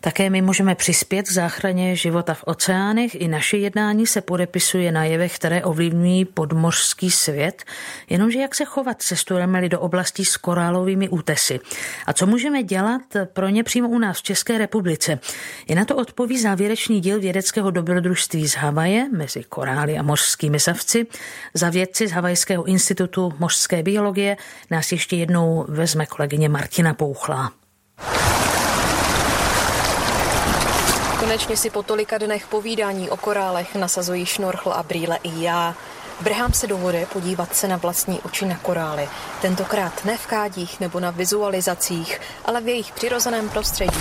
Také my můžeme přispět k záchraně života v oceánech. I naše jednání se podepisuje na jevech, které ovlivňují podmořský svět. Jenomže jak se chovat, cestujeme-li do oblastí s korálovými útesy. A co můžeme dělat pro ně přímo u nás v České republice? I na to odpoví závěrečný díl vědeckého dobrodružství z Havaje mezi korály a mořskými savci. Za vědci z Havajského institutu mořské biologie nás ještě jednou vezme kolegyně Martina Pouchlá. Konečně si po tolika dnech povídání o korálech nasazují šnorchl a brýle i já. Vrhám se do vody podívat se na vlastní oči na korály. Tentokrát ne v kádích nebo na vizualizacích, ale v jejich přirozeném prostředí.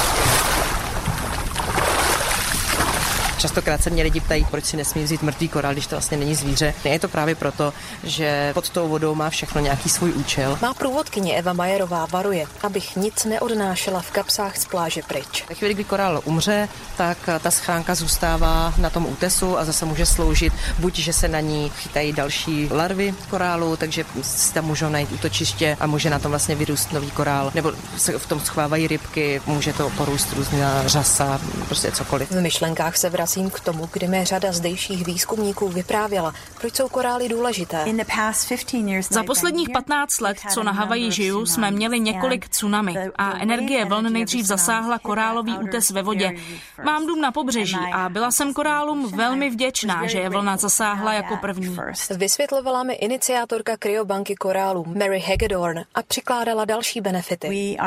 Častokrát se mě lidi ptají, proč si nesmí vzít mrtvý korál, když to vlastně není zvíře. Je to právě proto, že pod tou vodou má všechno nějaký svůj účel. Má průvodkyně Eva Majerová varuje, abych nic neodnášela v kapsách z pláže pryč. Ve chvíli, kdy korál umře, tak ta schránka zůstává na tom útesu a zase může sloužit buď, že se na ní chytají další larvy korálu, takže si tam můžou najít útočiště a může na tom vlastně vyrůst nový korál, nebo se v tom schovávají rybky, může to porůst různá řasa, prostě cokoliv. V myšlenkách se vracím k tomu, kdy mi řada zdejších výzkumníků vyprávěla, proč jsou korály důležité. Za posledních 15 let, co na Havaji žiju, jsme měli několik tsunami a energie vln nejdřív zasáhla korálový útes ve vodě. Mám dům na pobřeží a byla jsem korálům velmi vděčná, že je vlna zasáhla jako první. Vysvětlovala mi iniciátorka kryobanky korálů Mary Hagedorn a přikládala další benefity.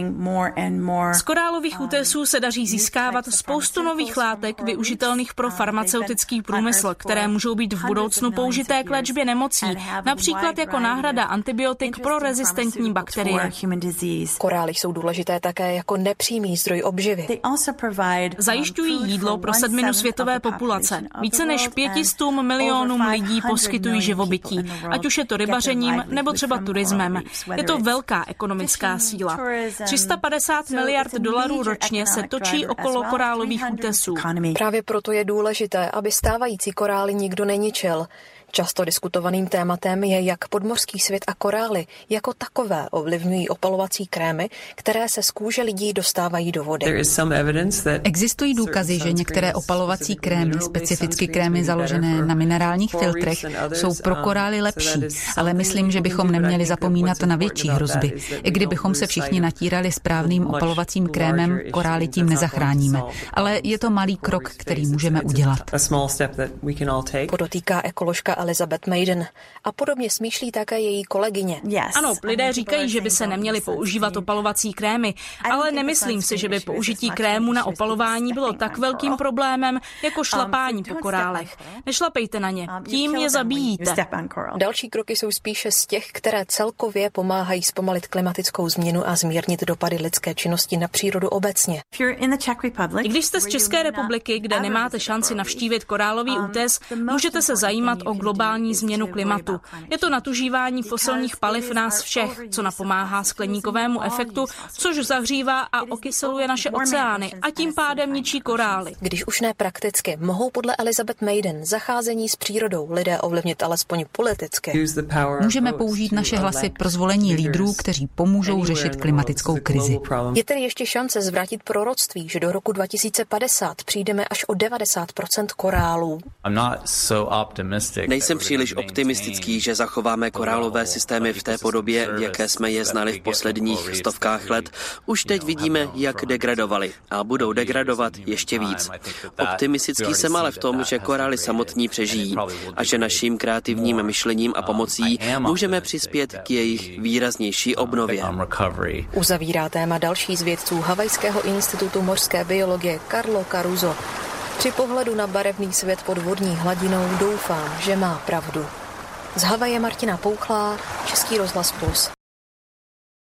Z korálových útesů se daří získávat spoustu nových látek využitelných pro farmaceutický průmysl, které můžou být v budoucnu použité k léčbě nemocí, například jako náhrada antibiotik pro rezistentní bakterie. Korály jsou důležité také jako nepřímý zdroj obživy. Zajišťují jídlo pro 1/7 světové populace. Více než 500 milionům lidí poskytují živobytí, ať už je to rybařením nebo třeba turismem. Je to velká ekonomická síla. 350 miliard dolarů ročně se točí okolo korálových útesů. Právě proto je důležité, aby stávající korály nikdo neničil. Často diskutovaným tématem je, jak podmořský svět a korály jako takové ovlivňují opalovací krémy, které se z kůže lidí dostávají do vody. Existují důkazy, že některé opalovací krémy, specificky krémy založené na minerálních filtrech, jsou pro korály lepší, ale myslím, že bychom neměli zapomínat na větší hrozby. I kdybychom se všichni natírali správným opalovacím krémem, korály tím nezachráníme. Ale je to malý krok, který můžeme udělat. Podotýká ekoložka Elizabeth Maiden a podobně smýšlí také její kolegyně. Ano, lidé říkají, že by se neměly používat opalovací krémy, ale nemyslím si, že by použití krému na opalování bylo tak velkým problémem jako šlapání po korálech. Nešlapejte na ně, tím je zabijíte. Další kroky jsou spíše z těch, které celkově pomáhají zpomalit klimatickou změnu a zmírnit dopady lidské činnosti na přírodu obecně. I když jste z České republiky, kde nemáte šanci navštívit korálový útes, můžete se zajímat o globální změnu klimatu. Je to nadužívání fosilních paliv nás všech, co napomáhá skleníkovému efektu, což zahřívá a okyseluje naše oceány a tím pádem ničí korály. Když už ne prakticky, mohou podle Elizabeth Maiden zacházení s přírodou lidé ovlivnit alespoň politicky. Můžeme použít naše hlasy pro zvolení lídrů, kteří pomůžou řešit klimatickou krizi. Je tedy ještě šance zvrátit proroctví, že do roku 2050 přijdeme až o 90% korálů. Nejsem příliš optimistický, že zachováme korálové systémy v té podobě, v jaké jsme je znali v posledních stovkách let. Už teď vidíme, jak degradovali a budou degradovat ještě víc. Optimistický jsem ale v tom, že korály samotní přežijí a že naším kreativním myšlením a pomocí můžeme přispět k jejich výraznější obnově. Uzavírá téma další z vědců Havajského institutu mořské biologie Carlo Caruso. Při pohledu na barevný svět pod vodní hladinou doufám, že má pravdu. Z Havaje Martina Pouchlá, Český rozhlas Plus.